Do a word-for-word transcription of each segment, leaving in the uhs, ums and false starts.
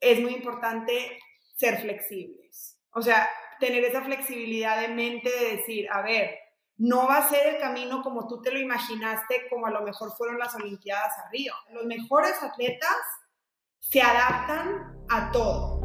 es muy importante ser flexibles. O sea, tener esa flexibilidad de mente de decir, a ver, no va a ser el camino como tú te lo imaginaste, como a lo mejor fueron las Olimpiadas a Río. Los mejores atletas se adaptan a todo.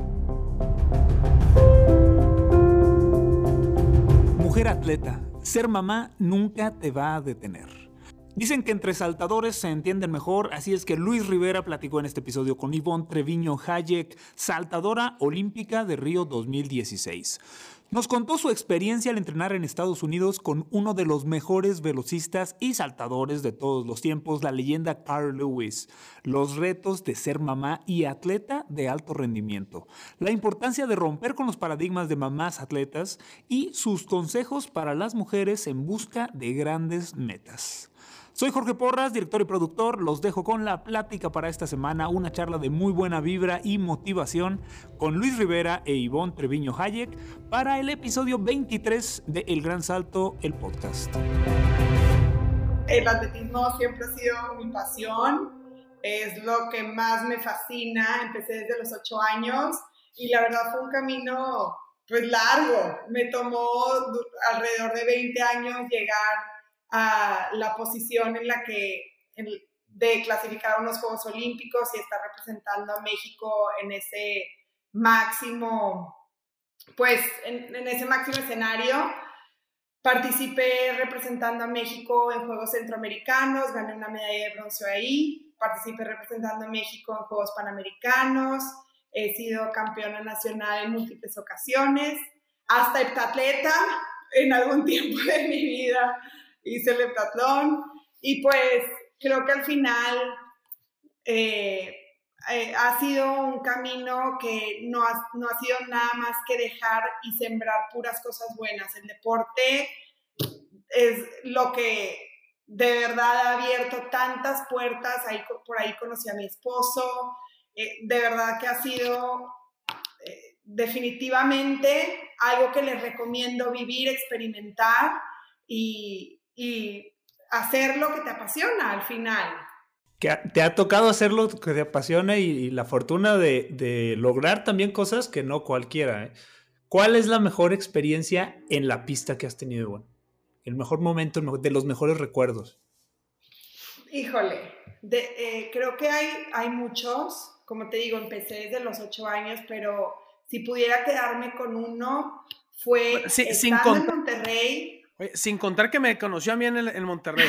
Mujer atleta, ser mamá nunca te va a detener. Dicen que entre saltadores se entienden mejor, así es que Luis Rivera platicó en este episodio con Ivonne Treviño Hayek, saltadora olímpica de Río dos mil dieciséis. Nos contó su experiencia al entrenar en Estados Unidos con uno de los mejores velocistas y saltadores de todos los tiempos, la leyenda Carl Lewis, los retos de ser mamá y atleta de alto rendimiento, la importancia de romper con los paradigmas de mamás atletas y sus consejos para las mujeres en busca de grandes metas. Soy Jorge Porras, director y productor. Los dejo con la plática para esta semana, una charla de muy buena vibra y motivación con Luis Rivera e Ivonne Treviño Hayek para el episodio veintitrés de El Gran Salto, el podcast. El atletismo siempre ha sido mi pasión, es lo que más me fascina. Empecé desde los ocho años y la verdad fue un camino pues largo. Me tomó alrededor de veinte años llegar a la posición en la que en, de clasificar a unos Juegos Olímpicos y estar representando a México en ese máximo, pues en, en ese máximo escenario. Participé representando a México en Juegos Centroamericanos, gané una medalla de bronce ahí. Participé representando a México en Juegos Panamericanos, he sido campeona nacional en múltiples ocasiones, hasta heptatleta en algún tiempo de mi vida. Hice el heptatlón y pues creo que al final eh, eh, ha sido un camino que no ha, no ha sido nada más que dejar y sembrar puras cosas buenas. El deporte es lo que de verdad ha abierto tantas puertas. Ahí, por ahí conocí a mi esposo. Eh, de verdad que ha sido eh, definitivamente algo que les recomiendo vivir, experimentar y y hacer lo que te apasiona al final. Que te ha tocado hacer lo que te apasiona y, y la fortuna de, de lograr también cosas que no cualquiera, ¿eh? ¿Cuál es la mejor experiencia en la pista que has tenido, Ivonne? El mejor momento, de los mejores recuerdos. Híjole, de, eh, creo que hay, hay muchos. Como te digo, empecé desde los ocho años, pero si pudiera quedarme con uno, fue sí, estando sin contar, en Monterrey. Oye, sin contar que me conoció a mí en, el, en Monterrey.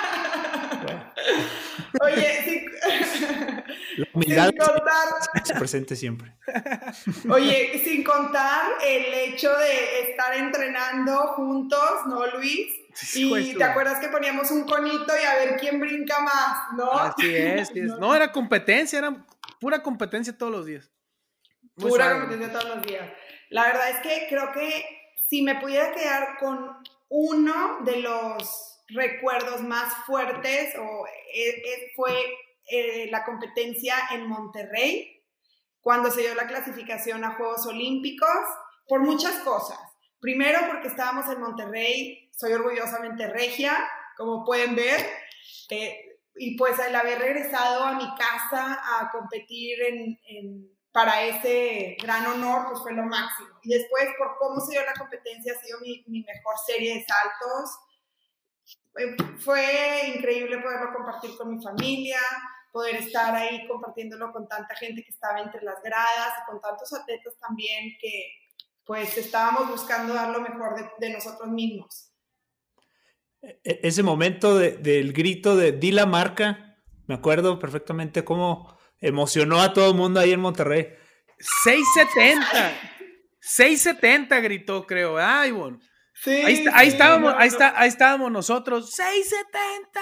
Oye, sin, la humildad sin contar... se presente siempre. Oye, sin contar el hecho de estar entrenando juntos, ¿no, Luis? Y pues, te acuerdas que poníamos un conito y a ver quién brinca más, ¿no? Así es, sí es. No, era competencia, era pura competencia todos los días. Muy pura suave. Competencia todos los días. La verdad es que creo que si me pudiera quedar con uno de los recuerdos más fuertes o, eh, eh, fue eh, la competencia en Monterrey, cuando se dio la clasificación a Juegos Olímpicos, por muchas cosas. Primero, porque estábamos en Monterrey, soy orgullosamente regia, como pueden ver, eh, y pues al haber regresado a mi casa a competir en, en, para ese gran honor, pues fue lo máximo. Y después, por cómo se dio la competencia, ha sido mi, mi mejor serie de saltos. Eh, fue increíble poderlo compartir con mi familia, poder estar ahí compartiéndolo con tanta gente que estaba entre las gradas y con tantos atletas también que pues estábamos buscando dar lo mejor de, de nosotros mismos. Ese momento de, del grito de di la marca, me acuerdo perfectamente cómo emocionó a todo el mundo ahí en Monterrey. seis setenta seis setenta gritó, creo, ¿verdad, Ivonne? Sí, ahí, está, ahí, sí, estábamos, no, ahí, no. Está, ahí estábamos nosotros, seis setenta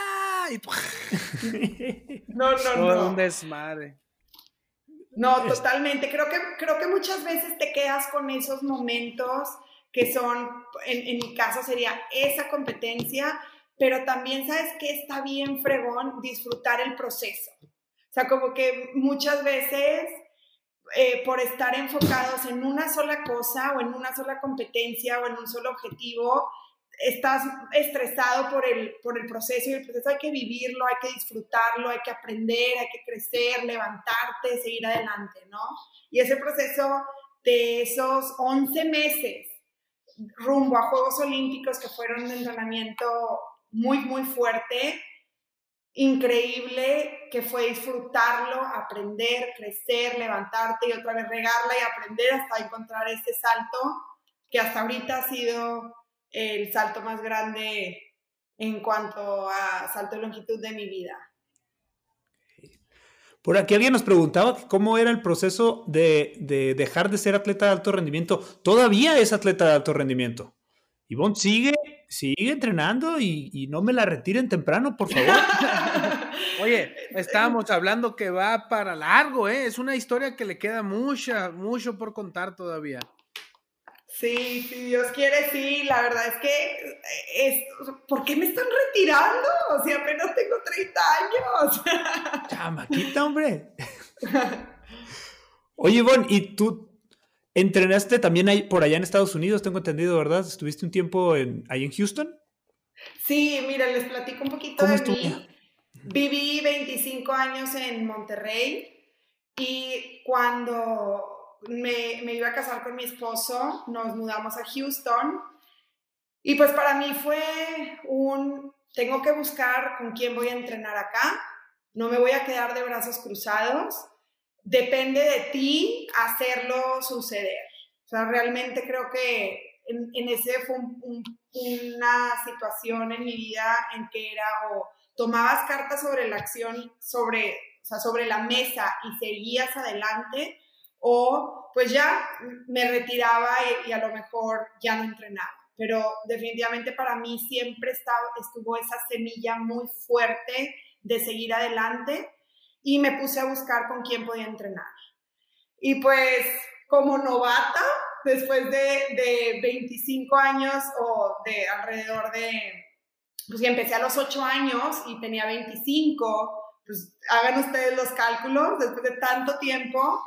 Y... no, no, Todo no. un desmadre. No, totalmente. Creo que, creo que muchas veces te quedas con esos momentos que son, en, en mi caso sería esa competencia, pero también, ¿sabes qué? Está bien fregón disfrutar el proceso. O sea, como que muchas veces, eh, por estar enfocados en una sola cosa o en una sola competencia o en un solo objetivo, estás estresado por el, por el proceso, y el proceso hay que vivirlo, hay que disfrutarlo, hay que aprender, hay que crecer, levantarte, seguir adelante, ¿no? Y ese proceso de esos once meses rumbo a Juegos Olímpicos, que fueron un entrenamiento muy, muy fuerte, increíble, que fue disfrutarlo, aprender, crecer, levantarte y otra vez regarla y aprender hasta encontrar ese salto que hasta ahorita ha sido el salto más grande en cuanto a salto de longitud de mi vida. Por aquí alguien nos preguntaba cómo era el proceso de, de dejar de ser atleta de alto rendimiento. Todavía es atleta de alto rendimiento. Ivonne sigue, sigue entrenando y, y no me la retiren temprano, por favor. Oye, estábamos hablando que va para largo, ¿eh? Es una historia que le queda mucha, mucho por contar todavía. Sí, si Dios quiere, sí. La verdad es que, es, ¿por qué me están retirando? O sea, apenas tengo treinta años. Chamaquita, hombre. Oye, Ivonne, ¿y tú entrenaste también ahí, por allá en Estados Unidos? Tengo entendido, ¿verdad? ¿Estuviste un tiempo en, ahí en Houston? Sí, mira, les platico un poquito ¿Cómo de estuvo? mí. Viví veinticinco años en Monterrey y cuando me, me iba a casar con mi esposo, nos mudamos a Houston y pues para mí fue un, tengo que buscar con quién voy a entrenar acá, no me voy a quedar de brazos cruzados, depende de ti hacerlo suceder. O sea, realmente creo que en, en ese fue un, un, una situación en mi vida en que era o tomabas cartas sobre la acción, sobre, o sea, sobre la mesa y seguías adelante, o pues ya me retiraba y, y a lo mejor ya no entrenaba. Pero definitivamente para mí siempre estaba, estuvo esa semilla muy fuerte de seguir adelante y me puse a buscar con quién podía entrenar. Y pues como novata, después de, de veinticinco años o de alrededor de... Pues ya empecé a los ocho años y tenía veinticinco, pues hagan ustedes los cálculos, después de tanto tiempo,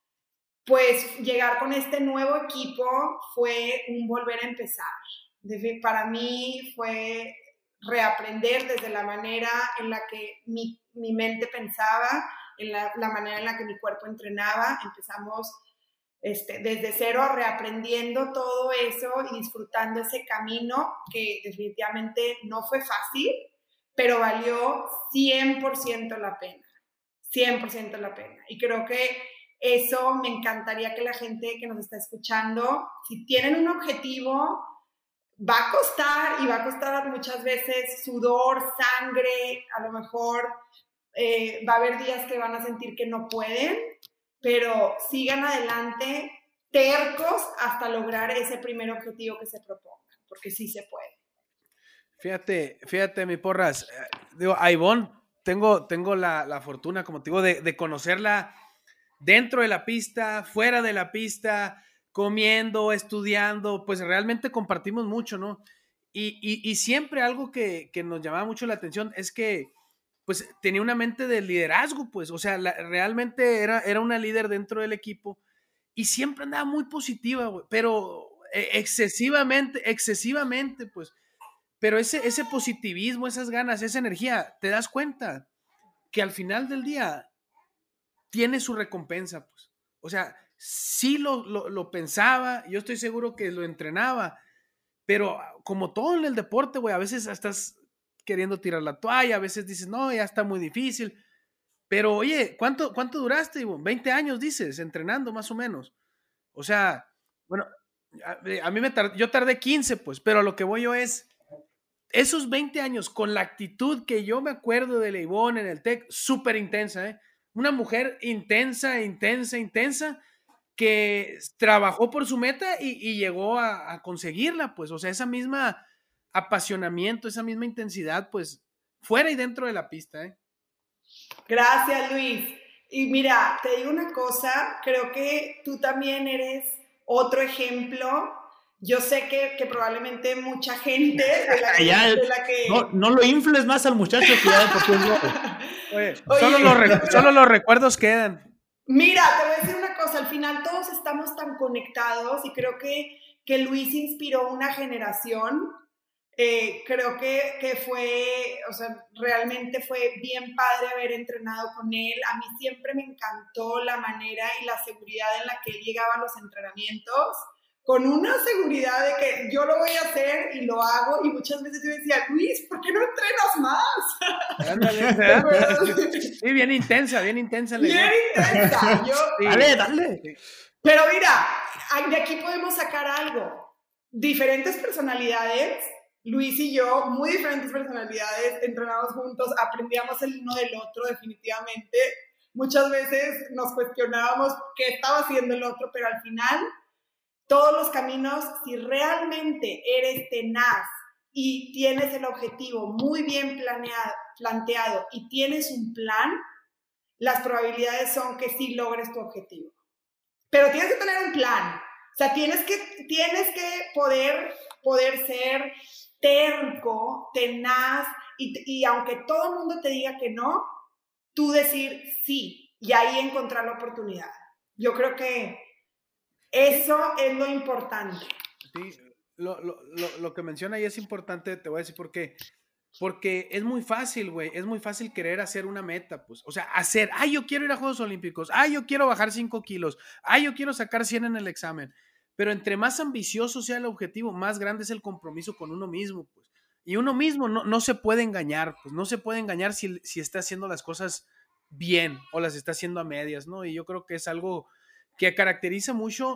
pues llegar con este nuevo equipo fue un volver a empezar. Para mí fue reaprender desde la manera en la que mi, mi mente pensaba, en la, la manera en la que mi cuerpo entrenaba. Empezamos Este, desde cero, reaprendiendo todo eso y disfrutando ese camino que definitivamente no fue fácil, pero valió cien por ciento la pena, cien por ciento la pena. Y creo que eso me encantaría que la gente que nos está escuchando, si tienen un objetivo, va a costar y va a costar muchas veces sudor, sangre, a lo mejor eh, va a haber días que van a sentir que no pueden, pero sigan adelante, tercos, hasta lograr ese primer objetivo que se propongan, porque sí se puede. Fíjate, fíjate, mi Porras, digo, a Ivonne, tengo, tengo la, la fortuna, como te digo, de, de conocerla dentro de la pista, fuera de la pista, comiendo, estudiando, pues realmente compartimos mucho, ¿no? Y, y, y siempre algo que, que nos llamaba mucho la atención es que pues tenía una mente de liderazgo, pues, o sea, la, realmente era, era una líder dentro del equipo y siempre andaba muy positiva, güey, pero excesivamente, excesivamente, pues, pero ese, ese positivismo, esas ganas, esa energía, te das cuenta que al final del día tiene su recompensa, pues, o sea, sí lo, lo, lo pensaba, yo estoy seguro que lo entrenaba, pero como todo en el deporte, güey, a veces estás queriendo tirar la toalla, a veces dices, no, ya está muy difícil, pero oye, ¿cuánto, cuánto duraste, Ivonne? veinte años, dices, entrenando más o menos, o sea, bueno, a, a mí me tardé, yo tardé quince, pues, pero lo que voy yo es, esos veinte años, con la actitud que yo me acuerdo de la Ivonne en el TEC, súper intensa, ¿eh? Una mujer intensa, intensa, intensa, que trabajó por su meta y, y llegó a, a conseguirla, pues, o sea, esa misma apasionamiento, esa misma intensidad, pues, fuera y dentro de la pista, ¿eh? Gracias, Luis. Y mira, te digo una cosa, creo que tú también eres otro ejemplo. Yo sé que, que probablemente mucha gente de la que... ya, de la que... No, no lo infles más al muchacho que ya porque es loco. Oye, Oye, solo, los recu- solo los recuerdos quedan. Mira, te voy a decir una cosa, al final todos estamos tan conectados y creo que, que Luis inspiró una generación Eh, creo que, que fue, o sea, realmente fue bien padre haber entrenado con él. A mí siempre me encantó la manera y la seguridad en la que él llegaba a los entrenamientos, con una seguridad de que yo lo voy a hacer y lo hago, y muchas veces yo decía, Luis, ¿por qué no entrenas más? Ándale, sí, bien intensa, bien intensa. Bien intensa. Yo, sí. Dale, dale. Pero mira, de aquí podemos sacar algo. Diferentes personalidades, Luis y yo, muy diferentes personalidades, entrenamos juntos, aprendíamos el uno del otro definitivamente. Muchas veces nos cuestionábamos qué estaba haciendo el otro, pero al final, todos los caminos, si realmente eres tenaz y tienes el objetivo muy bien planeado, planteado y tienes un plan, las probabilidades son que sí logres tu objetivo. Pero tienes que tener un plan. O sea, tienes que, tienes que poder, poder ser terco, tenaz, y, y aunque todo el mundo te diga que no, tú decir sí, y ahí encontrar la oportunidad. Yo creo que eso es lo importante. Sí, lo, lo, lo, lo que menciona ahí es importante, te voy a decir por qué. Porque es muy fácil, güey, es muy fácil querer hacer una meta, pues, o sea, hacer, ay, yo quiero ir a Juegos Olímpicos, ay, yo quiero bajar cinco kilos, ay, yo quiero sacar cien en el examen, pero entre más ambicioso sea el objetivo, más grande es el compromiso con uno mismo, pues, y uno mismo no, no se puede engañar, pues, no se puede engañar si, si está haciendo las cosas bien o las está haciendo a medias, ¿no? Y yo creo que es algo que caracteriza mucho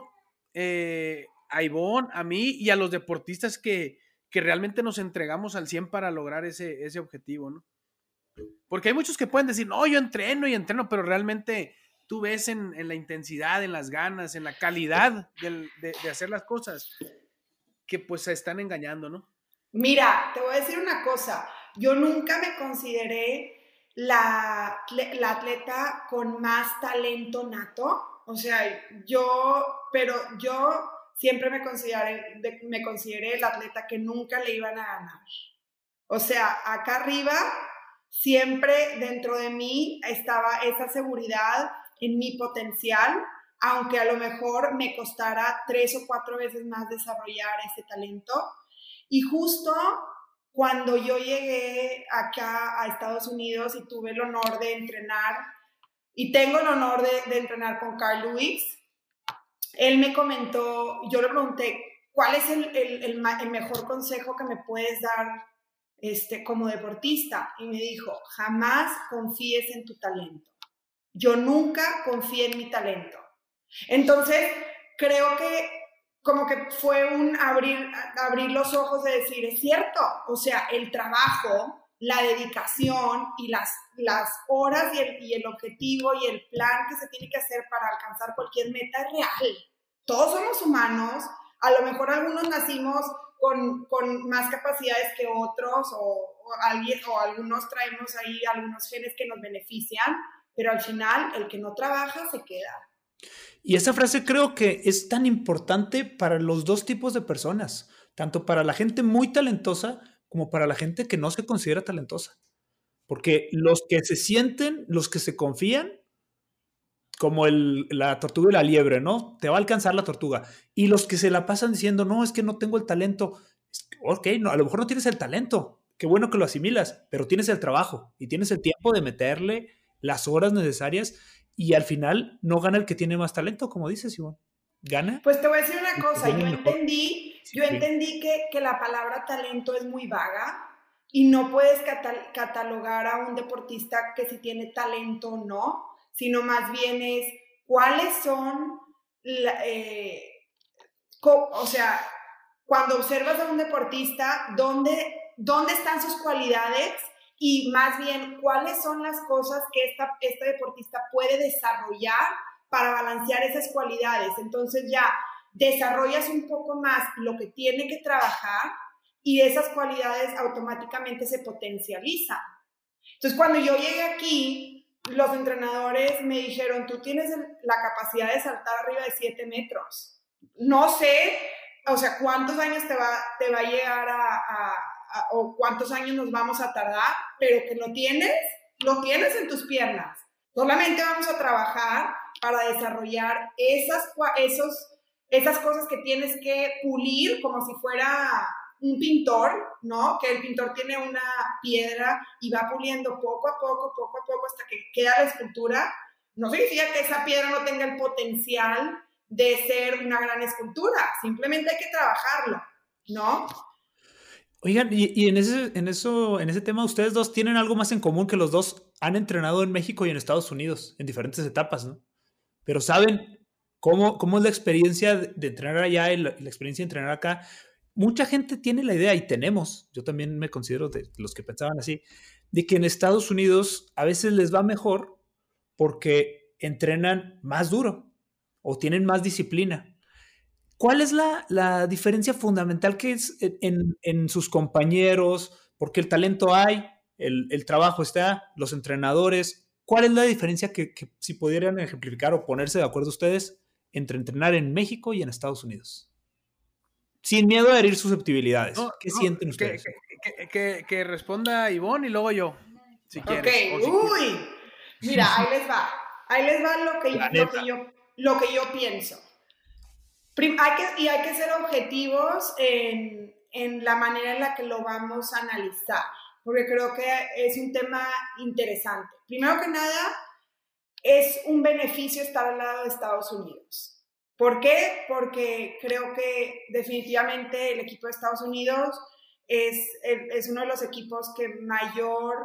eh, a Ivonne, a mí y a los deportistas que que realmente nos entregamos al cien para lograr ese, ese objetivo, ¿no? Porque hay muchos que pueden decir, no, yo entreno y entreno, pero realmente tú ves en, en la intensidad, en las ganas, en la calidad de, de, de hacer las cosas, que pues se están engañando, ¿no? Mira, te voy a decir una cosa, yo nunca me consideré la, la atleta con más talento nato, o sea, yo, pero yo siempre me consideré, me consideré el atleta que nunca le iban a ganar. O sea, acá arriba, siempre dentro de mí estaba esa seguridad en mi potencial, aunque a lo mejor me costara tres o cuatro veces más desarrollar ese talento. Y justo cuando yo llegué acá a Estados Unidos y tuve el honor de entrenar, y tengo el honor de, de entrenar con Carl Lewis, él me comentó, yo le pregunté, ¿cuál es el, el, el, el mejor consejo que me puedes dar este, como deportista? Y me dijo, jamás confíes en tu talento. Yo nunca confié en mi talento. Entonces, creo que como que fue un abrir, abrir los ojos de decir, es cierto, o sea, el trabajo, la dedicación y las, las horas y el, y el objetivo y el plan que se tiene que hacer para alcanzar cualquier meta es real. Todos somos humanos, a lo mejor algunos nacimos con, con más capacidades que otros o, o, alguien, o algunos traemos ahí algunos genes que nos benefician, pero al final el que no trabaja se queda. Y esa frase creo que es tan importante para los dos tipos de personas, tanto para la gente muy talentosa como para la gente que no se considera talentosa. Porque los que se sienten, los que se confían, como el, la tortuga y la liebre, ¿no? Te va a alcanzar la tortuga. Y los que se la pasan diciendo, no, es que no tengo el talento. Ok, no, a lo mejor no tienes el talento. Qué bueno que lo asimilas, pero tienes el trabajo y tienes el tiempo de meterle las horas necesarias y al final no gana el que tiene más talento, como dices, Ivonne. ¿Gana? Pues te voy a decir una cosa, yo entendí, yo entendí que, que la palabra talento es muy vaga y no puedes catal- catalogar a un deportista que si tiene talento o no, sino más bien es cuáles son, la, eh, co- o sea, cuando observas a un deportista, ¿dónde, dónde están sus cualidades? Y más bien, ¿cuáles son las cosas que esta, este deportista puede desarrollar para balancear esas cualidades? Entonces ya desarrollas un poco más lo que tiene que trabajar y esas cualidades automáticamente se potencializan. Entonces, cuando yo llegué aquí, los entrenadores me dijeron, tú tienes la capacidad de saltar arriba de siete metros. No sé, o sea, cuántos años te va, te va a llegar a... a o cuántos años nos vamos a tardar, pero que lo tienes, lo tienes en tus piernas. Solamente vamos a trabajar para desarrollar esas, esos, esas cosas que tienes que pulir como si fuera un pintor, ¿no? Que el pintor tiene una piedra y va puliendo poco a poco, poco a poco hasta que queda la escultura. No significa que esa piedra no tenga el potencial de ser una gran escultura, simplemente hay que trabajarlo, ¿no? Oigan, y, y en, ese, en, eso, en ese tema ustedes dos tienen algo más en común, que los dos han entrenado en México y en Estados Unidos en diferentes etapas, ¿no? Pero saben cómo, cómo es la experiencia de, de entrenar allá y la, la experiencia de entrenar acá. Mucha gente tiene la idea, y tenemos, yo también me considero de los que pensaban así, de que en Estados Unidos a veces les va mejor porque entrenan más duro o tienen más disciplina. ¿Cuál es la, la diferencia fundamental que es en, en sus compañeros? Porque el talento hay, el, el trabajo está, los entrenadores. ¿Cuál es la diferencia que, que si pudieran ejemplificar o ponerse de acuerdo ustedes entre entrenar en México y en Estados Unidos? Sin miedo a herir susceptibilidades. No, ¿Qué no, sienten que, ustedes? Que, que, que, que responda Ivonne y luego yo, si quieres. Ok, Si uy, quieres. mira, ahí les va. Ahí les va lo que, lo que, yo, lo que yo pienso. Prim, hay que, y hay que ser objetivos en, en la manera en la que lo vamos a analizar, porque creo que es un tema interesante. Primero que nada, es un beneficio estar al lado de Estados Unidos. ¿Por qué? Porque creo que definitivamente el equipo de Estados Unidos es, es uno de los equipos que mayor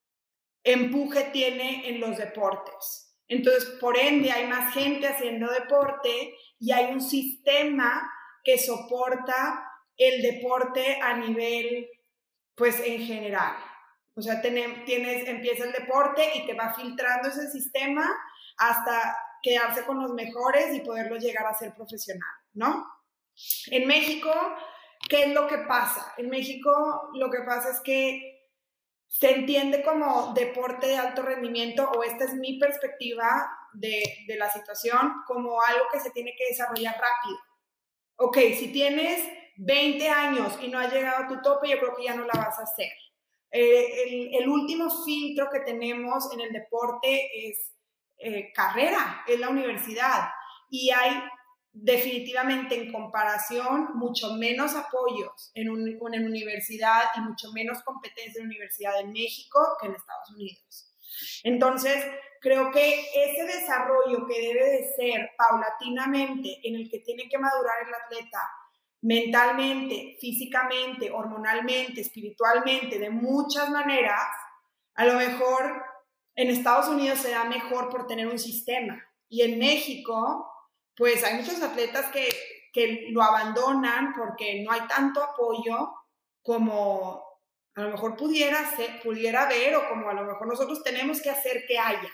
empuje tiene en los deportes. Entonces, por ende, hay más gente haciendo deporte y hay un sistema que soporta el deporte a nivel, pues, en general. O sea, tienes, tienes, empieza el deporte y te va filtrando ese sistema hasta quedarse con los mejores y poderlo llegar a ser profesional, ¿no? En México, ¿qué es lo que pasa? En México lo que pasa es que se entiende como deporte de alto rendimiento, o esta es mi perspectiva de, de la situación, como algo que se tiene que desarrollar rápido. Ok, si tienes veinte años y no has llegado a tu tope, yo creo que ya no la vas a hacer. Eh, el, el último filtro que tenemos en el deporte es eh, carrera, es la universidad, y hay definitivamente en comparación mucho menos apoyos en, un, en una universidad y mucho menos competencia en la universidad en México que en Estados Unidos. Entonces, creo que ese desarrollo que debe de ser paulatinamente, en el que tiene que madurar el atleta mentalmente, físicamente, hormonalmente, espiritualmente, de muchas maneras, a lo mejor en Estados Unidos se da mejor por tener un sistema, y en México pues hay muchos atletas que, que lo abandonan porque no hay tanto apoyo como a lo mejor pudiera, ser, pudiera haber, o como a lo mejor nosotros tenemos que hacer que haya.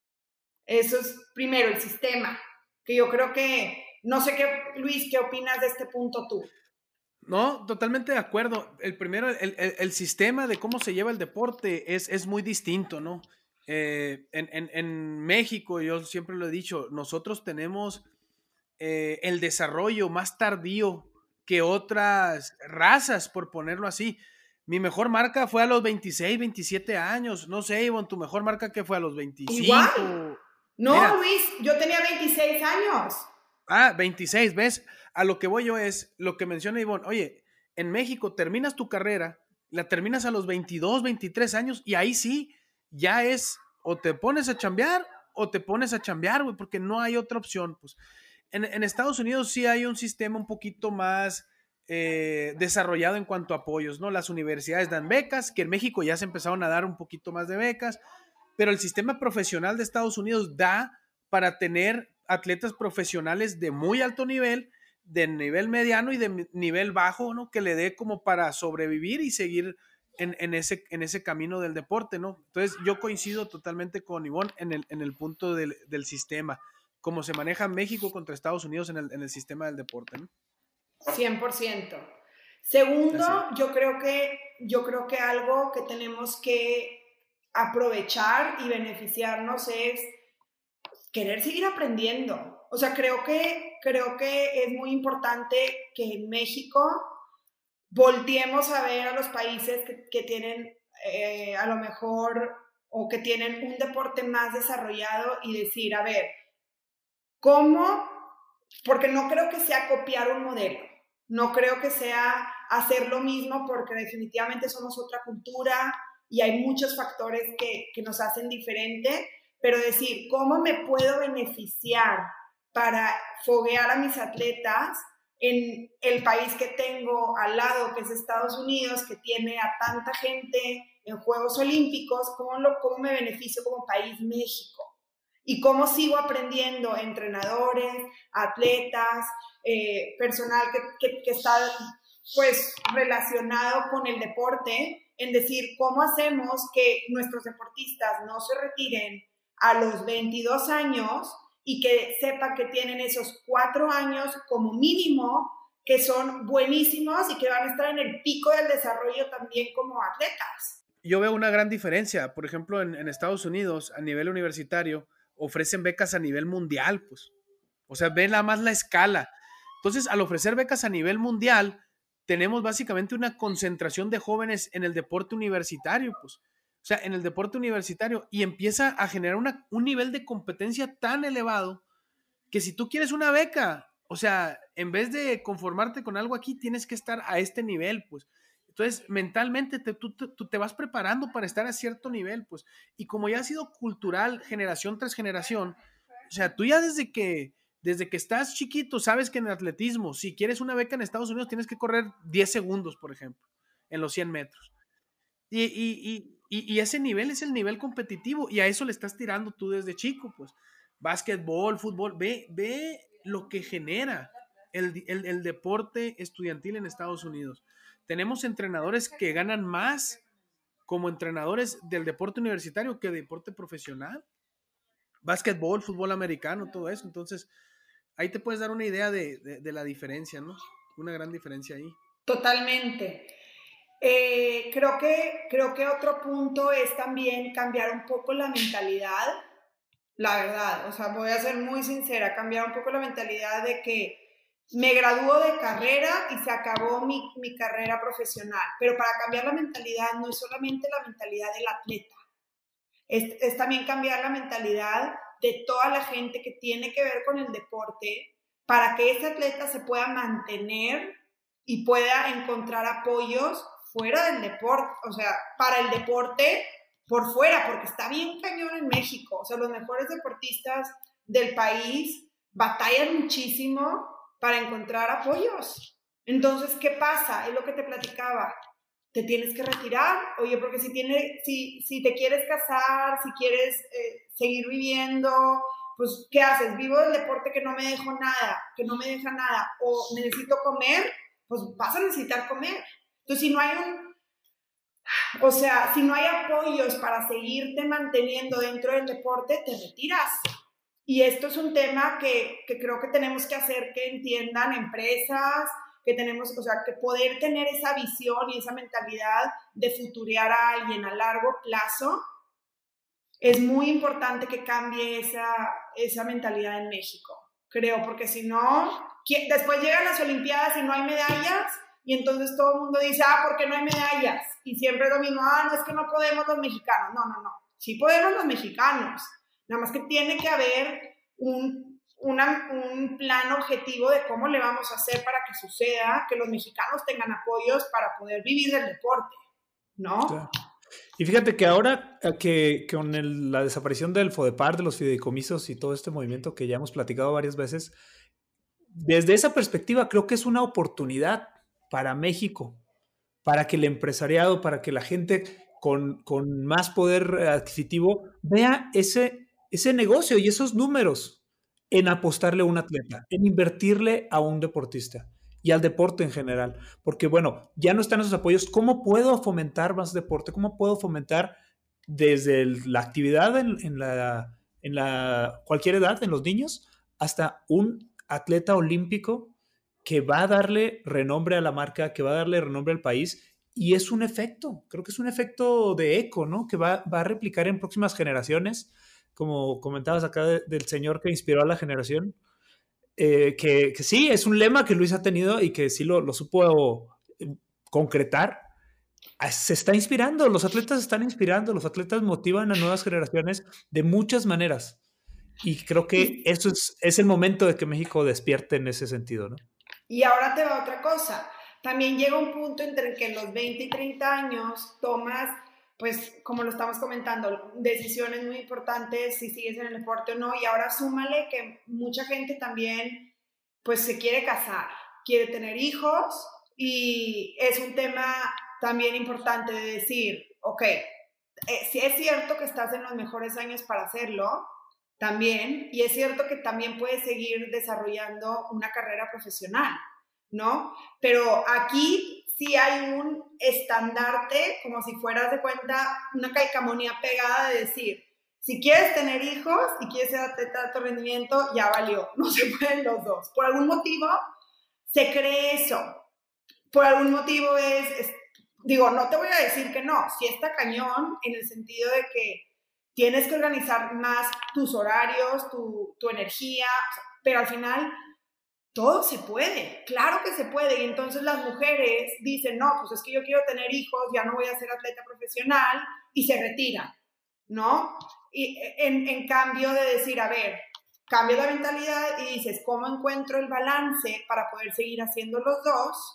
Eso es primero el sistema, que yo creo que, no sé qué, Luis, ¿qué opinas de este punto tú? No, totalmente de acuerdo. El primero, el, el, el sistema de cómo se lleva el deporte es, es muy distinto, ¿no? Eh, en, en, en México, yo siempre lo he dicho, nosotros tenemos eh, el desarrollo más tardío que otras razas, por ponerlo así. Mi mejor marca fue a los veintiséis, veintisiete años. No sé, Ivonne, ¿tu mejor marca qué fue a los veinticinco? Igual. No, mira, Luis, yo tenía veintiséis años. Ah, veintiséis, ¿ves? A lo que voy yo es lo que menciona Ivonne. Oye, en México terminas tu carrera, la terminas a los veintidós, veintitrés años, y ahí sí, ya es, o te pones a chambear, o te pones a chambear, güey, porque no hay otra opción, pues. En, en Estados Unidos sí hay un sistema un poquito más eh, desarrollado en cuanto a apoyos, ¿no? Las universidades dan becas, que en México ya se empezaron a dar un poquito más de becas, pero el sistema profesional de Estados Unidos da para tener atletas profesionales de muy alto nivel, de nivel mediano y de nivel bajo, ¿no? Que le dé como para sobrevivir y seguir en, en, ese, en ese camino del deporte, ¿no? Entonces yo coincido totalmente con Ivonne en el, en el punto del, del sistema, cómo se maneja México contra Estados Unidos en el, en el sistema del deporte, ¿no? cien por ciento. Segundo, yo creo que, yo creo que algo que tenemos que aprovechar y beneficiarnos es querer seguir aprendiendo. O sea, creo que, creo que es muy importante que en México volteemos a ver a los países que, que tienen eh, a lo mejor, o que tienen un deporte más desarrollado, y decir, a ver, ¿cómo? Porque no creo que sea copiar un modelo. No creo que sea hacer lo mismo porque definitivamente somos otra cultura y hay muchos factores que, que nos hacen diferente, pero decir, ¿cómo me puedo beneficiar para foguear a mis atletas en el país que tengo al lado, que es Estados Unidos, que tiene a tanta gente en Juegos Olímpicos? ¿Cómo, lo, cómo me beneficio como país México? Y cómo sigo aprendiendo entrenadores, atletas, eh, personal que, que, que está pues relacionado con el deporte, en decir cómo hacemos que nuestros deportistas no se retiren a los veintidós años y que sepan que tienen esos cuatro años como mínimo, que son buenísimos y que van a estar en el pico del desarrollo también como atletas. Yo veo una gran diferencia, por ejemplo, en, en Estados Unidos, a nivel universitario, ofrecen becas a nivel mundial, pues. O sea, ven nada más la escala. Entonces, al ofrecer becas a nivel mundial, tenemos básicamente una concentración de jóvenes en el deporte universitario, pues. O sea, en el deporte universitario, y empieza a generar una, un nivel de competencia tan elevado que si tú quieres una beca, o sea, en vez de conformarte con algo aquí, tienes que estar a este nivel, pues. Entonces, mentalmente te, tú, tú te vas preparando para estar a cierto nivel, pues. Y como ya ha sido cultural generación tras generación, o sea, tú ya desde que, desde que estás chiquito sabes que en el atletismo, si quieres una beca en Estados Unidos, tienes que correr diez segundos, por ejemplo, en los cien metros. Y, y, y, y ese nivel es el nivel competitivo y a eso le estás tirando tú desde chico, pues. Básquetbol, fútbol, ve, ve lo que genera el, el, el deporte estudiantil en Estados Unidos. Tenemos entrenadores que ganan más como entrenadores del deporte universitario que de deporte profesional. Básquetbol, fútbol americano, todo eso. Entonces, ahí te puedes dar una idea de, de, de la diferencia, ¿no? Una gran diferencia ahí. Totalmente. Eh, creo que, creo que otro punto es también cambiar un poco la mentalidad, la verdad. O sea, voy a ser muy sincera, cambiar un poco la mentalidad de que me gradúo de carrera y se acabó mi, mi carrera profesional. Pero para cambiar la mentalidad no es solamente la mentalidad del atleta, es, es también cambiar la mentalidad de toda la gente que tiene que ver con el deporte para que ese atleta se pueda mantener y pueda encontrar apoyos fuera del deporte, o sea, para el deporte por fuera, porque está bien cañón en México. O sea, los mejores deportistas del país batallan muchísimo para encontrar apoyos. Entonces, ¿qué pasa? Es lo que te platicaba. Te tienes que retirar. Oye, porque si, tiene, si, si te quieres casar, si quieres eh, seguir viviendo, pues, ¿qué haces? Vivo del deporte que no me dejo nada, que no me deja nada, o necesito comer, pues vas a necesitar comer. Entonces, si no hay un, o sea, si no hay apoyos para seguirte manteniendo dentro del deporte, te retiras. Y esto es un tema que, que creo que tenemos que hacer que entiendan empresas, que tenemos, o sea, que poder tener esa visión y esa mentalidad de futurear a alguien a largo plazo, es muy importante que cambie esa, esa mentalidad en México, creo, porque si no, después llegan las Olimpiadas y no hay medallas, y entonces todo el mundo dice, ah, ¿por qué no hay medallas? Y siempre lo mismo, ah, no, es que no podemos los mexicanos. No, no, no, sí podemos los mexicanos, nada más que tiene que haber un, una, un plan objetivo de cómo le vamos a hacer para que suceda, que los mexicanos tengan apoyos para poder vivir del deporte, ¿no? Claro. Y fíjate que ahora que, que con el, la desaparición del FODEPAR, de los fideicomisos y todo este movimiento que ya hemos platicado varias veces, desde esa perspectiva creo que es una oportunidad para México, para que el empresariado, para que la gente con, con más poder adquisitivo vea ese, ese negocio y esos números en apostarle a un atleta, en invertirle a un deportista y al deporte en general. Porque, bueno, ya no están esos apoyos. ¿Cómo puedo fomentar más deporte? ¿Cómo puedo fomentar desde el, la actividad en, en, la, en la cualquier edad, en los niños, hasta un atleta olímpico que va a darle renombre a la marca, que va a darle renombre al país? Y es un efecto, creo que es un efecto de eco, ¿no? Que va, va a replicar en próximas generaciones, como comentabas acá de, del señor que inspiró a la generación, eh, que, que sí, es un lema que Luis ha tenido y que sí lo, lo supo concretar. Se está inspirando, los atletas están inspirando, los atletas motivan a nuevas generaciones de muchas maneras. Y creo que eso es, es el momento de que México despierte en ese sentido, ¿no? Y ahora te va otra cosa. También llega un punto entre que los veinte y treinta años tomas, pues, como lo estamos comentando, decisiones muy importantes si sigues en el deporte o no. Y ahora súmale que mucha gente también, pues, se quiere casar, quiere tener hijos, y es un tema también importante de decir, ok, eh, si es cierto que estás en los mejores años para hacerlo, también, y es cierto que también puedes seguir desarrollando una carrera profesional, ¿no? Pero aquí sí hay un estandarte, como si fueras de cuenta, una calcamonía pegada de decir, si quieres tener hijos y quieres ser atleta de alto rendimiento, ya valió, no se pueden los dos. Por algún motivo se cree eso, por algún motivo es, es digo, no te voy a decir que no, sí está cañón en el sentido de que tienes que organizar más tus horarios, tu, tu energía, pero al final todo se puede, claro que se puede. Y entonces las mujeres dicen, no, pues es que yo quiero tener hijos, ya no voy a ser atleta profesional, y se retiran, ¿no? Y en, en cambio de decir, a ver, cambia la mentalidad y dices, ¿cómo encuentro el balance para poder seguir haciendo los dos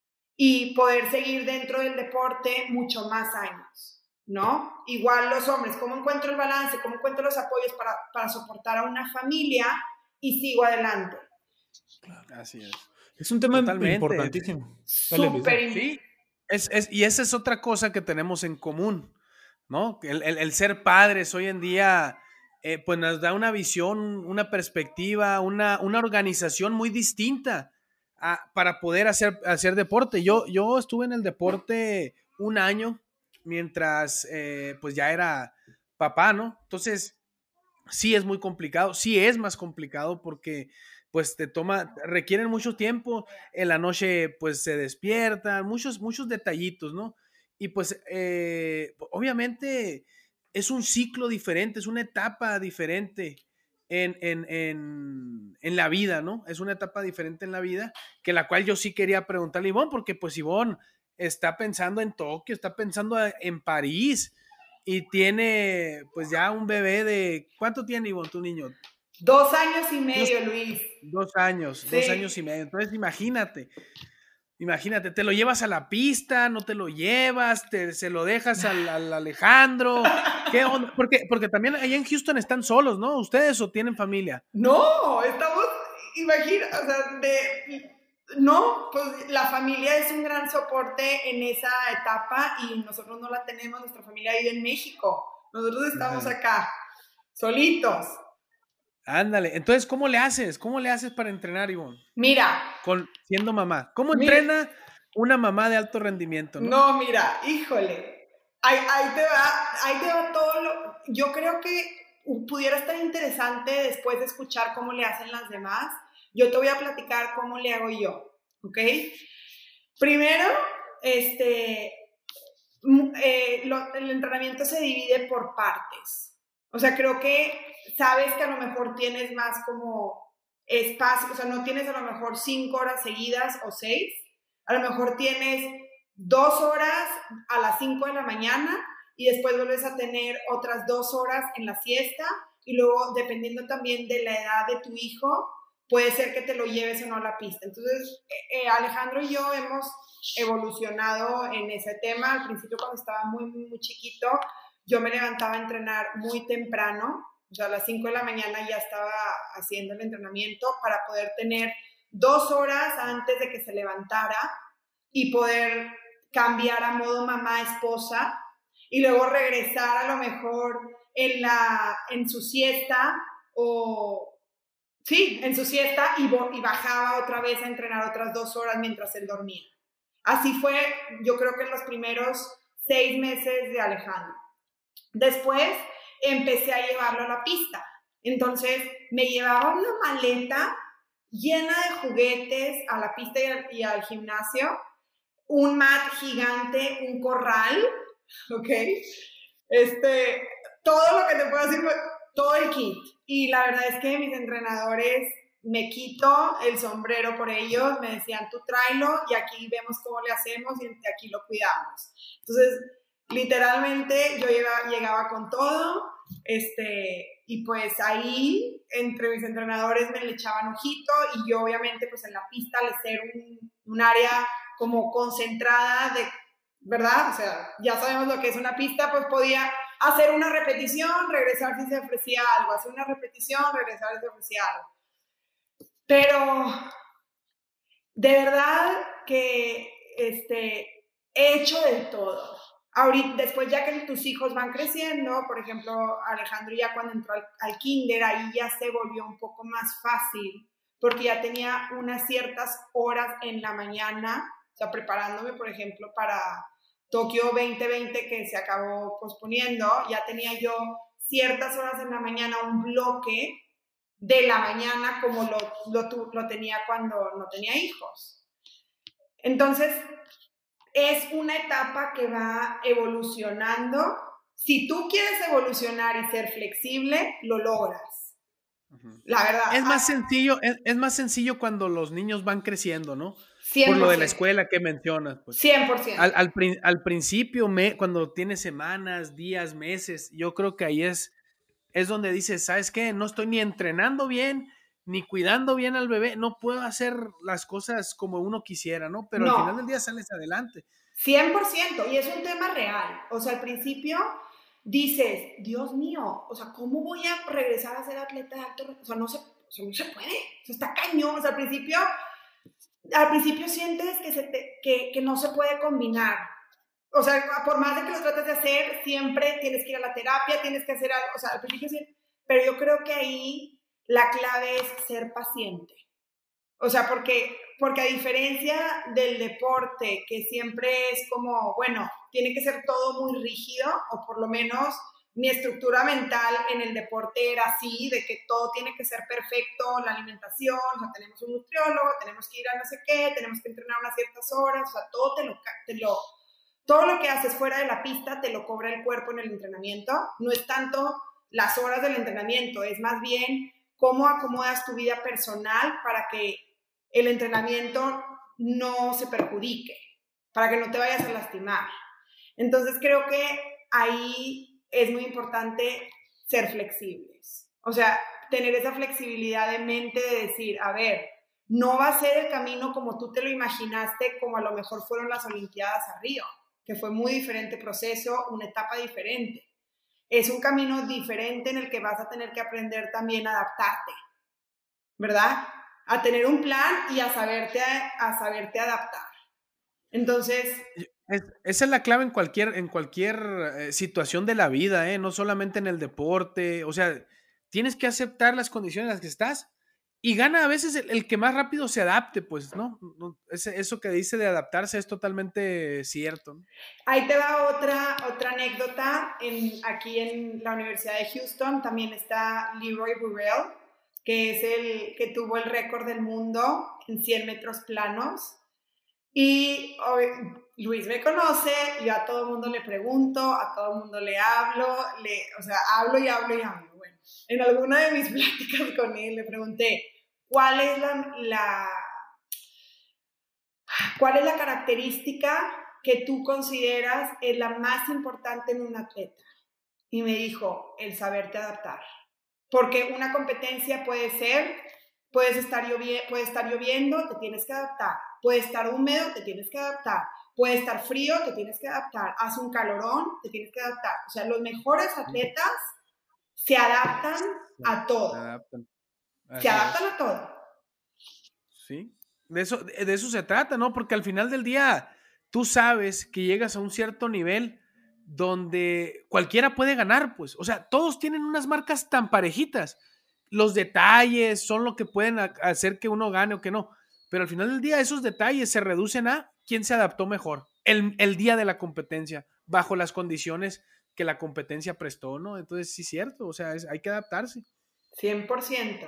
y poder seguir dentro del deporte mucho más años, ¿no? Igual los hombres, ¿cómo encuentro el balance? ¿Cómo encuentro los apoyos para, para soportar a una familia y sigo adelante? Claro, así es. Es un tema Totalmente. importantísimo. Súper. Sí, es, es, y esa es otra cosa que tenemos en común, ¿no? El, el, el ser padres hoy en día, eh, pues nos da una visión, una perspectiva, una, una organización muy distinta a, para poder hacer, hacer deporte. Yo, yo estuve en el deporte un año mientras eh, pues ya era papá, ¿no? Entonces, sí es muy complicado, sí es más complicado porque pues te toma, requieren mucho tiempo, en la noche pues se despiertan, muchos, muchos detallitos, ¿no? Y pues eh, obviamente es un ciclo diferente, es una etapa diferente en, en, en, en la vida, ¿no? Es una etapa diferente en la vida, que la cual yo sí quería preguntarle a Ivonne, porque pues Ivonne está pensando en Tokio, está pensando en París, y tiene pues ya un bebé de... ¿Cuánto tiene, Ivonne, tu niño? Dos años y medio, dos, Luis. Dos años, sí. Dos años y medio. Entonces imagínate, imagínate, te lo llevas a la pista, no te lo llevas, te, se lo dejas al, al Alejandro. ¿Qué onda? Porque, porque también allá en Houston están solos, ¿no? ¿Ustedes o tienen familia? No, estamos, imagina, o sea, de... No, pues la familia es un gran soporte en esa etapa y nosotros no la tenemos, nuestra familia vive en México, nosotros estamos Ajá. acá, solitos. Ándale, entonces, ¿cómo le haces? ¿Cómo le haces para entrenar, Ivonne? Mira. Con, siendo mamá. ¿Cómo mira, entrena una mamá de alto rendimiento? No, no mira, híjole, ahí, ahí, te va, ahí te va todo lo... Yo creo que pudiera estar interesante después de escuchar cómo le hacen las demás. Yo te voy a platicar cómo le hago yo, ¿ok? Primero, este, eh, lo, el entrenamiento se divide por partes. O sea, creo que sabes que a lo mejor tienes más como espacio, o sea, no tienes a lo mejor cinco horas seguidas o seis. A lo mejor tienes dos horas a las cinco de la mañana y después vuelves a tener otras dos horas en la siesta y luego, dependiendo también de la edad de tu hijo, puede ser que te lo lleves o no a la pista. Entonces, eh, Alejandro y yo hemos evolucionado en ese tema. Al principio, cuando estaba muy, muy, muy chiquito, yo me levantaba a entrenar muy temprano. O sea, a las cinco de la mañana ya estaba haciendo el entrenamiento para poder tener dos horas antes de que se levantara y poder cambiar a modo mamá, esposa, y luego regresar a lo mejor en, la, en su siesta o... Sí, en su siesta y, y bajaba otra vez a entrenar otras dos horas mientras él dormía. Así fue, yo creo que en los primeros seis meses de Alejandro. Después empecé a llevarlo a la pista. Entonces me llevaba una maleta llena de juguetes a la pista y al, y al gimnasio, un mat gigante, un corral, ¿ok? Este, todo lo que te puedo decir, todo el kit. Y la verdad es que mis entrenadores, me quito el sombrero por ellos, me decían, tú tráelo y aquí vemos cómo le hacemos y aquí lo cuidamos. Entonces, literalmente yo llegaba, llegaba con todo, este, y pues ahí entre mis entrenadores me le echaban ojito y yo obviamente pues en la pista al ser un, un área como concentrada de, ¿verdad? O sea, ya sabemos lo que es una pista, pues podía hacer una repetición, regresar si se ofrecía algo, hacer una repetición, regresar si se ofrecía algo. Pero de verdad que este, he hecho de todo. Ahorita, después ya que tus hijos van creciendo, por ejemplo, Alejandro ya cuando entró al, al kinder, ahí ya se volvió un poco más fácil, porque ya tenía unas ciertas horas en la mañana, o sea, preparándome, por ejemplo, para Tokio veinte veinte, que se acabó posponiendo, ya tenía yo ciertas horas en la mañana, un bloque de la mañana como lo, lo, lo tenía cuando no tenía hijos. Entonces, es una etapa que va evolucionando. Si tú quieres evolucionar y ser flexible, lo logras. Uh-huh. La verdad. Es más sencillo, es, es más sencillo cuando los niños van creciendo, ¿no? cien por ciento. Por lo de la escuela que mencionas. Pues. cien por ciento. Al, al, al principio, me, cuando tienes semanas, días, meses, yo creo que ahí es, es donde dices, ¿sabes qué? No estoy ni entrenando bien, ni cuidando bien al bebé, no puedo hacer las cosas como uno quisiera, ¿no? Pero no. Al final del día sales adelante. cien por ciento, y es un tema real. O sea, al principio dices, Dios mío, o sea, ¿cómo voy a regresar a ser atleta de alto? O sea, no se, o sea, no se puede, o sea, está cañón. O sea, al principio, al principio sientes que, se te, que, que no se puede combinar. O sea, por más de que lo trates de hacer, siempre tienes que ir a la terapia, tienes que hacer algo, o sea, al principio sí, pero yo creo que ahí la clave es ser paciente. O sea, porque, porque a diferencia del deporte, que siempre es como, bueno, tiene que ser todo muy rígido, o por lo menos mi estructura mental en el deporte era así, de que todo tiene que ser perfecto, la alimentación, o sea, tenemos un nutriólogo, tenemos que ir a no sé qué, tenemos que entrenar unas ciertas horas, o sea, todo te lo, te lo, todo lo que haces fuera de la pista te lo cobra el cuerpo en el entrenamiento. No es tanto las horas del entrenamiento, es más bien cómo acomodas tu vida personal para que el entrenamiento no se perjudique, para que no te vayas a lastimar. Entonces creo que ahí es muy importante ser flexibles. O sea, tener esa flexibilidad de mente de decir, a ver, no va a ser el camino como tú te lo imaginaste, como a lo mejor fueron las Olimpiadas a Río, que fue muy diferente proceso, una etapa diferente. Es un camino diferente en el que vas a tener que aprender también a adaptarte, ¿verdad? A tener un plan y a saberte, a saberte adaptar. Entonces... Es, esa es la clave en cualquier, en cualquier eh, situación de la vida, ¿eh? No solamente en el deporte. O sea, tienes que aceptar las condiciones en las que estás y gana a veces el, el que más rápido se adapte, pues, ¿no? Ese, eso que dice de adaptarse es totalmente cierto, ¿no? Ahí te va otra, otra anécdota. En, aquí en la Universidad de Houston también está Leroy Burrell, que es el que tuvo el récord del mundo en cien metros planos. Y oh, Luis me conoce, yo a todo el mundo le pregunto, a todo el mundo le hablo, le, o sea, hablo y hablo y hablo. Bueno, en alguna de mis pláticas con él le pregunté, ¿cuál es la, la, cuál es la característica que tú consideras es la más importante en un atleta? Y me dijo, el saberte adaptar. Porque una competencia puede ser, puedes estar llovi- puede estar lloviendo, te tienes que adaptar. Puede estar húmedo, te tienes que adaptar. Puede estar frío, te tienes que adaptar. Hace un calorón, te tienes que adaptar. O sea, los mejores atletas se adaptan a todo. Se adaptan, se adaptan a todo. Sí, de eso, de eso se trata, ¿no? Porque al final del día tú sabes que llegas a un cierto nivel donde cualquiera puede ganar, pues. O sea, todos tienen unas marcas tan parejitas. Los detalles son lo que pueden hacer que uno gane o que no. Pero al final del día esos detalles se reducen a quién se adaptó mejor el, el día de la competencia, bajo las condiciones que la competencia prestó, ¿no? Entonces sí es cierto, o sea, es, hay que adaptarse. cien por ciento.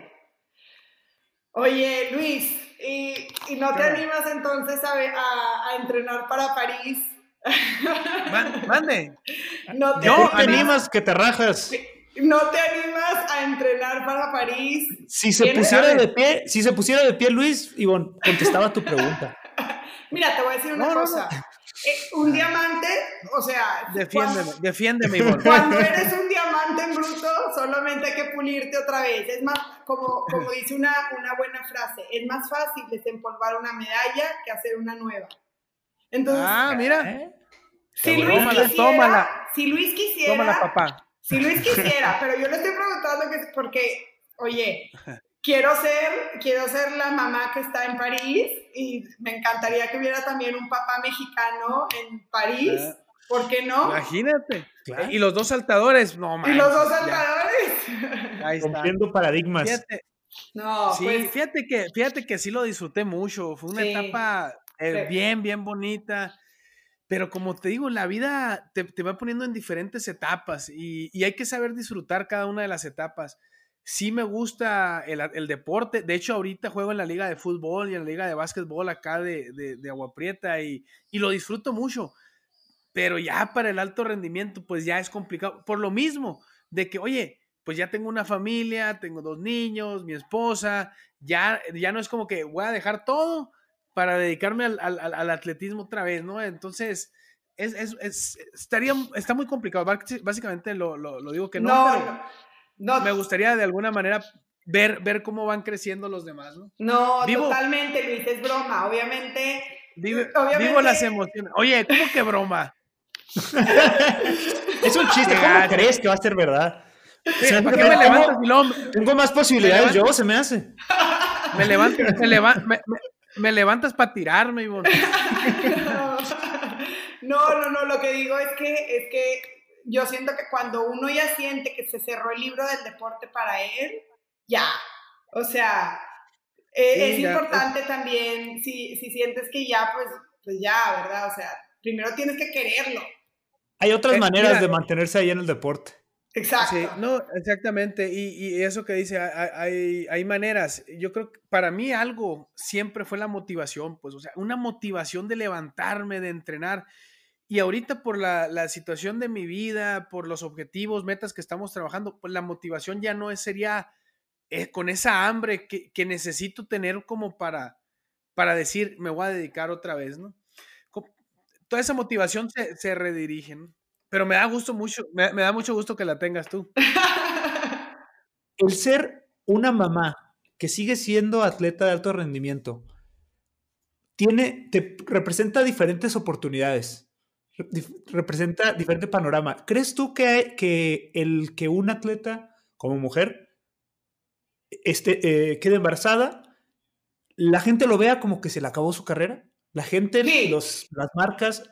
Oye, Luis, ¿y, y no te claro. animas entonces a, a, a entrenar para París? Mande. ¿No te Yo animas? animas que te rajas. ¿No te animas a entrenar para París? Si se pusiera de pie, si se pusiera de pie Luis, Ivonne, contestaba tu pregunta. Mira, te voy a decir una no, cosa. No, no. eh, un diamante, o sea... Defiéndeme, cuando, defiéndeme, Ivonne. Cuando eres un diamante en bruto, solamente hay que pulirte otra vez. Es más, como, como dice una, una buena frase, es más fácil desempolvar una medalla que hacer una nueva. Entonces, ah, mira. ¿Eh? Si Luis, Tómala, quisiera, tómala. si Luis quisiera, Tómala, papá. Si Luis quisiera, pero yo le estoy preguntando que porque, oye, quiero ser, quiero ser la mamá que está en París y me encantaría que hubiera también un papá mexicano en París. Ah, ¿por qué no? Imagínate. Claro. Y los dos saltadores, no manches. Y los dos saltadores. Ahí está. Rompiendo paradigmas. Fíjate, no, sí, pues, fíjate que, fíjate que sí lo disfruté mucho. Fue una sí, etapa eh, sí. bien, bien bonita. Pero como te digo, la vida te, te va poniendo en diferentes etapas y, y hay que saber disfrutar cada una de las etapas. Sí me gusta el, el deporte. De hecho, ahorita juego en la liga de fútbol y en la liga de básquetbol acá de, de, de Agua Prieta y, y lo disfruto mucho. Pero ya para el alto rendimiento, pues ya es complicado. Por lo mismo, de que, oye, pues ya tengo una familia, tengo dos niños, mi esposa, ya, ya no es como que voy a dejar todo para dedicarme al, al, al atletismo otra vez, ¿no? Entonces, es, es, es, estaría, está muy complicado. Básicamente lo, lo, lo digo que no, no, pero no. Me gustaría de alguna manera ver, ver cómo van creciendo los demás, ¿no? No, vivo, totalmente, Luis, es broma. Obviamente, vive, obviamente... Vivo las emociones. Oye, ¿cómo que broma? Es un chiste, ¿cómo gacho. crees que va a ser verdad? Sí, ¿para qué me levantas y luego... Tengo más posibilidades yo, se me hace. Me levantas, me levantas... Me, me, Me levantas para tirarme, Ivonne. No, no, no, lo que digo es que, es que yo siento que cuando uno ya siente que se cerró el libro del deporte para él, ya, o sea, eh, sí, es ya, importante es... también, si, si sientes que ya, pues, pues ya, ¿verdad? O sea, primero tienes que quererlo. Hay otras eh, maneras mira, de mantenerse ahí en el deporte. Exacto. Sí, no, exactamente. Y, y eso que dice, hay, hay, hay maneras. Yo creo que para mí algo siempre fue la motivación, pues, o sea, una motivación de levantarme, de entrenar. Y ahorita por la, la situación de mi vida, por los objetivos, metas que estamos trabajando, pues la motivación ya no es, sería eh, con esa hambre que, que necesito tener como para, para decir, me voy a dedicar otra vez, ¿no? Toda esa motivación se, se redirige, ¿no? Pero me da gusto mucho, me, me da mucho gusto que la tengas tú. El ser una mamá que sigue siendo atleta de alto rendimiento tiene, te representa diferentes oportunidades, dif, representa diferente panorama. ¿Crees tú que, que el que un atleta como mujer este, eh, quede embarazada, la gente lo vea como que se le acabó su carrera? La gente, sí. los, las marcas...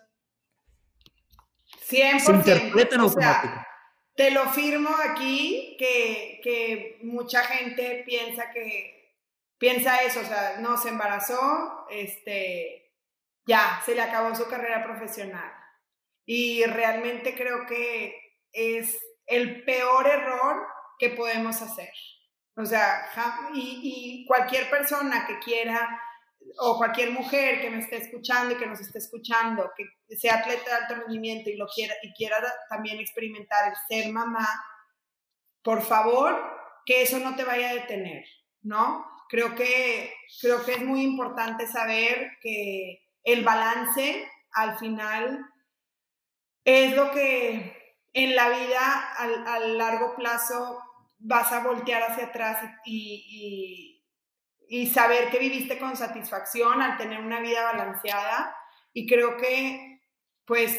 cien por ciento. Se interpreta en o automático. Sea, te lo firmo aquí que, que mucha gente piensa que piensa eso, o sea, no se embarazó, este, ya, se le acabó su carrera profesional. Y realmente creo que es el peor error que podemos hacer. O sea, y, y cualquier persona que quiera, o cualquier mujer que me esté escuchando y que nos esté escuchando, que sea atleta de alto rendimiento y, lo quiera, y quiera también experimentar el ser mamá, por favor, que eso no te vaya a detener, ¿no? Creo que, creo que es muy importante saber que el balance, al final, es lo que en la vida, al, a largo plazo, vas a voltear hacia atrás y... y y saber que viviste con satisfacción al tener una vida balanceada. Y creo que, pues,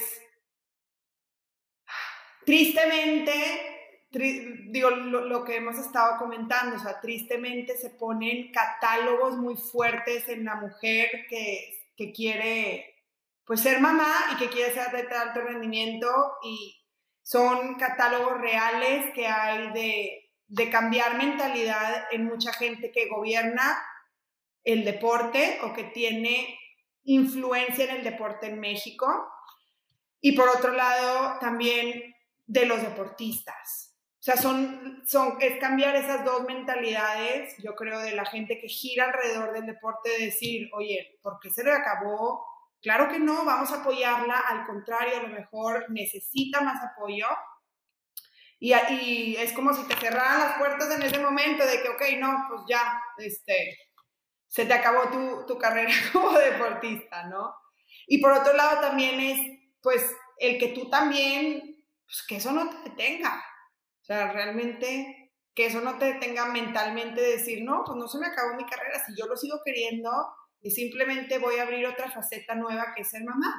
tristemente, tri, digo, lo, lo que hemos estado comentando, o sea, tristemente se ponen catálogos muy fuertes en la mujer que, que quiere, pues, ser mamá y que quiere ser atleta de alto rendimiento, y son catálogos reales que hay de... de cambiar mentalidad en mucha gente que gobierna el deporte o que tiene influencia en el deporte en México, y por otro lado también de los deportistas. O sea, son, son, es cambiar esas dos mentalidades, yo creo, de la gente que gira alrededor del deporte, de decir, oye, ¿por qué se le acabó? Claro que no, vamos a apoyarla, al contrario, a lo mejor necesita más apoyo. Y, y es como si te cerraran las puertas en ese momento de que, ok, no, pues ya, este, se te acabó tu, tu carrera como deportista, ¿no? Y por otro lado también es, pues, el que tú también, pues, que eso no te detenga. O sea, realmente, que eso no te detenga mentalmente de decir, no, pues no se me acabó mi carrera, si yo lo sigo queriendo y simplemente voy a abrir otra faceta nueva que es ser mamá.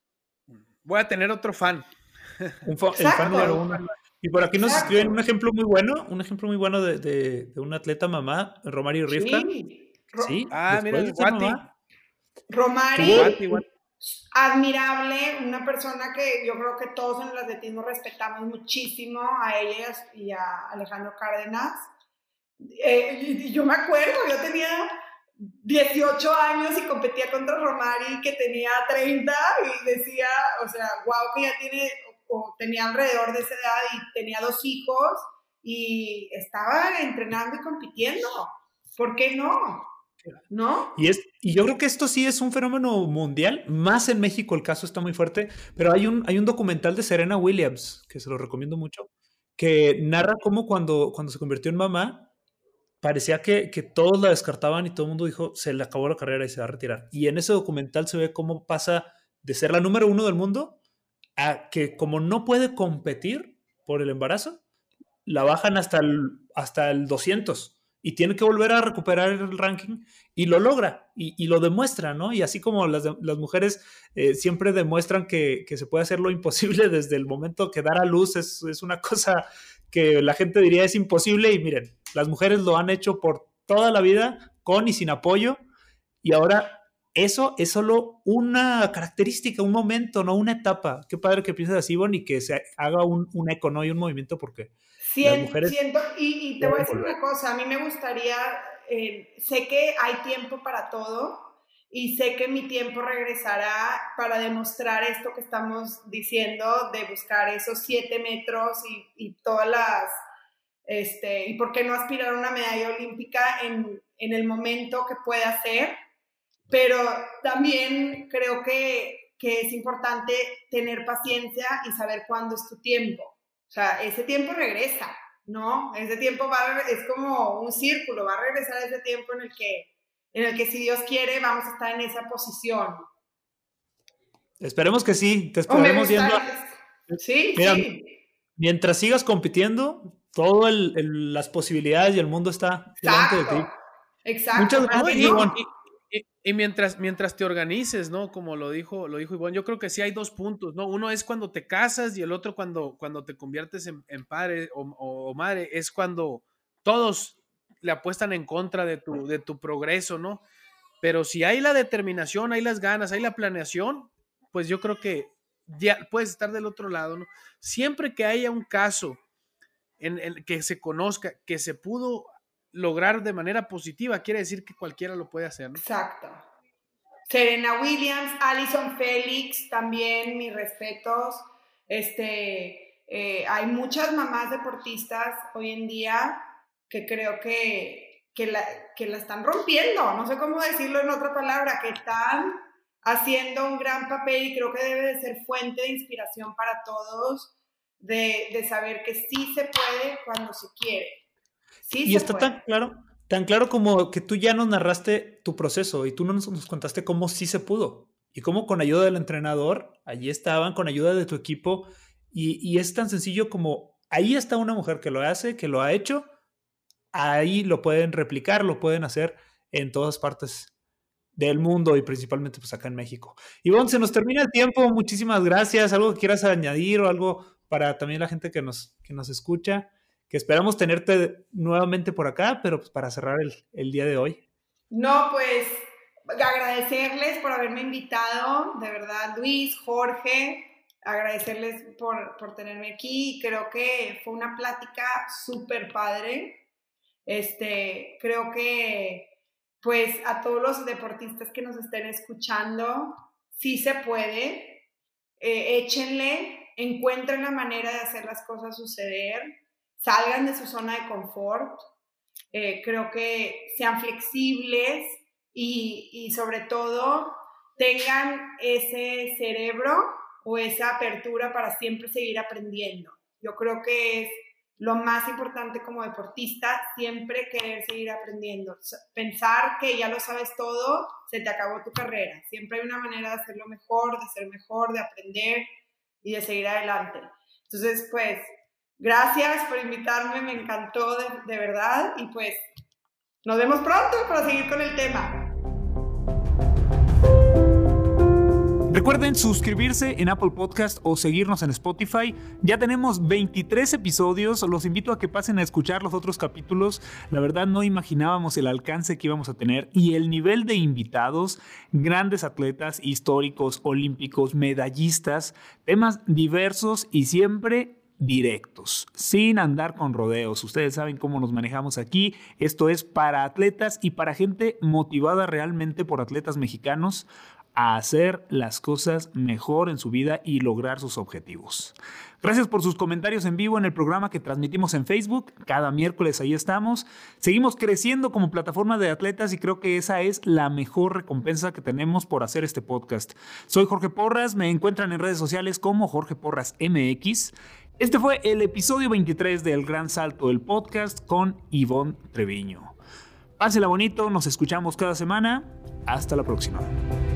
Voy a tener otro fan. Un fa- el fan número uno. Y por aquí nos Exacto. escriben un ejemplo muy bueno, un ejemplo muy bueno de, de, de un atleta mamá, Romario Rivka. Sí. Ro- Sí, Ah, después mira, de el ser Guati. mamá, Romari, Guati, Guati. admirable, una persona que yo creo que todos en el atletismo respetamos muchísimo, a ellas y a Alejandro Cárdenas. Eh, y yo me acuerdo, yo tenía dieciocho años y competía contra Romari, que tenía treinta, y decía, o sea, wow, que ya tiene, o tenía alrededor de esa edad y tenía dos hijos y estaba entrenando y compitiendo. ¿Por qué no? ¿No? Y, es, y yo creo que esto sí es un fenómeno mundial, más en México el caso está muy fuerte, pero hay un, hay un documental de Serena Williams, que se lo recomiendo mucho, que narra cómo cuando, cuando se convirtió en mamá, parecía que, que todos la descartaban y todo el mundo dijo, se le acabó la carrera y se va a retirar. Y en ese documental se ve cómo pasa de ser la número uno del mundo a que como no puede competir por el embarazo, la bajan hasta el, hasta el doscientos y tiene que volver a recuperar el ranking y lo logra y, y lo demuestra, ¿no? Y así como las, las mujeres eh, siempre demuestran que, que se puede hacer lo imposible desde el momento que dar a luz es, es una cosa que la gente diría es imposible y miren, las mujeres lo han hecho por toda la vida con y sin apoyo y ahora eso es solo una característica, un momento, no una etapa. Qué padre que pienses así, Bon, y que se haga un, un eco, ¿no? Y un movimiento porque las Siento, mujeres siento y, y te voy a decir una cosa, a mí me gustaría, eh, sé que hay tiempo para todo y sé que mi tiempo regresará para demostrar esto que estamos diciendo, de buscar esos siete metros y, y todas las, este, y por qué no aspirar a una medalla olímpica en, en el momento que pueda ser, pero también creo que, que es importante tener paciencia y saber cuándo es tu tiempo. O sea, ese tiempo regresa, ¿no? Ese tiempo va a, es como un círculo, va a regresar ese tiempo en el que, en el que si Dios quiere vamos a estar en esa posición. Esperemos que sí, te O me estaremos viendo. Sí, Mira, sí. mientras sigas compitiendo, todas las posibilidades y el mundo está delante de ti. Exacto, Muchas exacto. gracias, Y, Ivonne. y, y, y mientras, mientras te organices, ¿no? Como lo dijo, lo dijo Ivonne, yo creo que sí hay dos puntos, ¿no? Uno es cuando te casas y el otro cuando, cuando te conviertes en, en padre o, o, o madre, es cuando todos le apuestan en contra de tu, de tu progreso, ¿no? Pero si hay la determinación, hay las ganas, hay la planeación, pues yo creo que ya puedes estar del otro lado, ¿no? Siempre que haya un caso en el que se conozca que se pudo lograr de manera positiva, quiere decir que cualquiera lo puede hacer, ¿no? Exacto. Serena Williams, Allyson Félix, también mis respetos. Este, eh, hay muchas mamás deportistas hoy en día que creo que, que, la, que la están rompiendo, no sé cómo decirlo en otra palabra, que están haciendo un gran papel y creo que debe de ser fuente de inspiración para todos, de, de saber que sí se puede cuando se quiere. Sí y se está puede. tan claro, tan claro como que tú ya nos narraste tu proceso y tú nos, nos contaste cómo sí se pudo y cómo con ayuda del entrenador, allí estaban, con ayuda de tu equipo y, y es tan sencillo como ahí está una mujer que lo hace, que lo ha hecho, ahí lo pueden replicar, lo pueden hacer en todas partes del mundo y principalmente pues acá en México. Ivonne, se nos termina el tiempo, muchísimas gracias, algo que quieras añadir o algo para también la gente que nos, que nos escucha, que esperamos tenerte nuevamente por acá, pero pues para cerrar el, el día de hoy. No, pues agradecerles por haberme invitado, de verdad, Luis, Jorge, agradecerles por, por tenerme aquí. Creo que fue una plática súper padre. Este, creo que, pues, a todos los deportistas que nos estén escuchando, sí se puede. Eh, échenle, encuentren la manera de hacer las cosas suceder, salgan de su zona de confort. Eh, creo que sean flexibles y, y sobre todo tengan ese cerebro o esa apertura para siempre seguir aprendiendo. Yo creo que es lo más importante como deportista, siempre querer seguir aprendiendo. Pensar que ya lo sabes todo, se te acabó tu carrera. Siempre hay una manera de hacerlo mejor, de ser mejor, de aprender y de seguir adelante. Entonces, pues, gracias por invitarme, me encantó de, de verdad y pues nos vemos pronto para seguir con el tema. Recuerden suscribirse en Apple Podcast o seguirnos en Spotify. Ya tenemos veintitrés episodios. Los invito a que pasen a escuchar los otros capítulos. La verdad no imaginábamos el alcance que íbamos a tener y el nivel de invitados, grandes atletas históricos, olímpicos, medallistas, temas diversos y siempre directos, sin andar con rodeos. Ustedes saben cómo nos manejamos aquí. Esto es para atletas y para gente motivada realmente por atletas mexicanos a hacer las cosas mejor en su vida y lograr sus objetivos. Gracias por sus comentarios en vivo en el programa que transmitimos en Facebook. Cada miércoles ahí estamos. Seguimos creciendo como plataforma de atletas y creo que esa es la mejor recompensa que tenemos por hacer este podcast. Soy Jorge Porras. Me encuentran en redes sociales como Jorge Porras M X. Este fue el episodio veintitrés del Gran Salto, el podcast con Ivonne Treviño. Pásela bonito. Nos escuchamos cada semana. Hasta la próxima.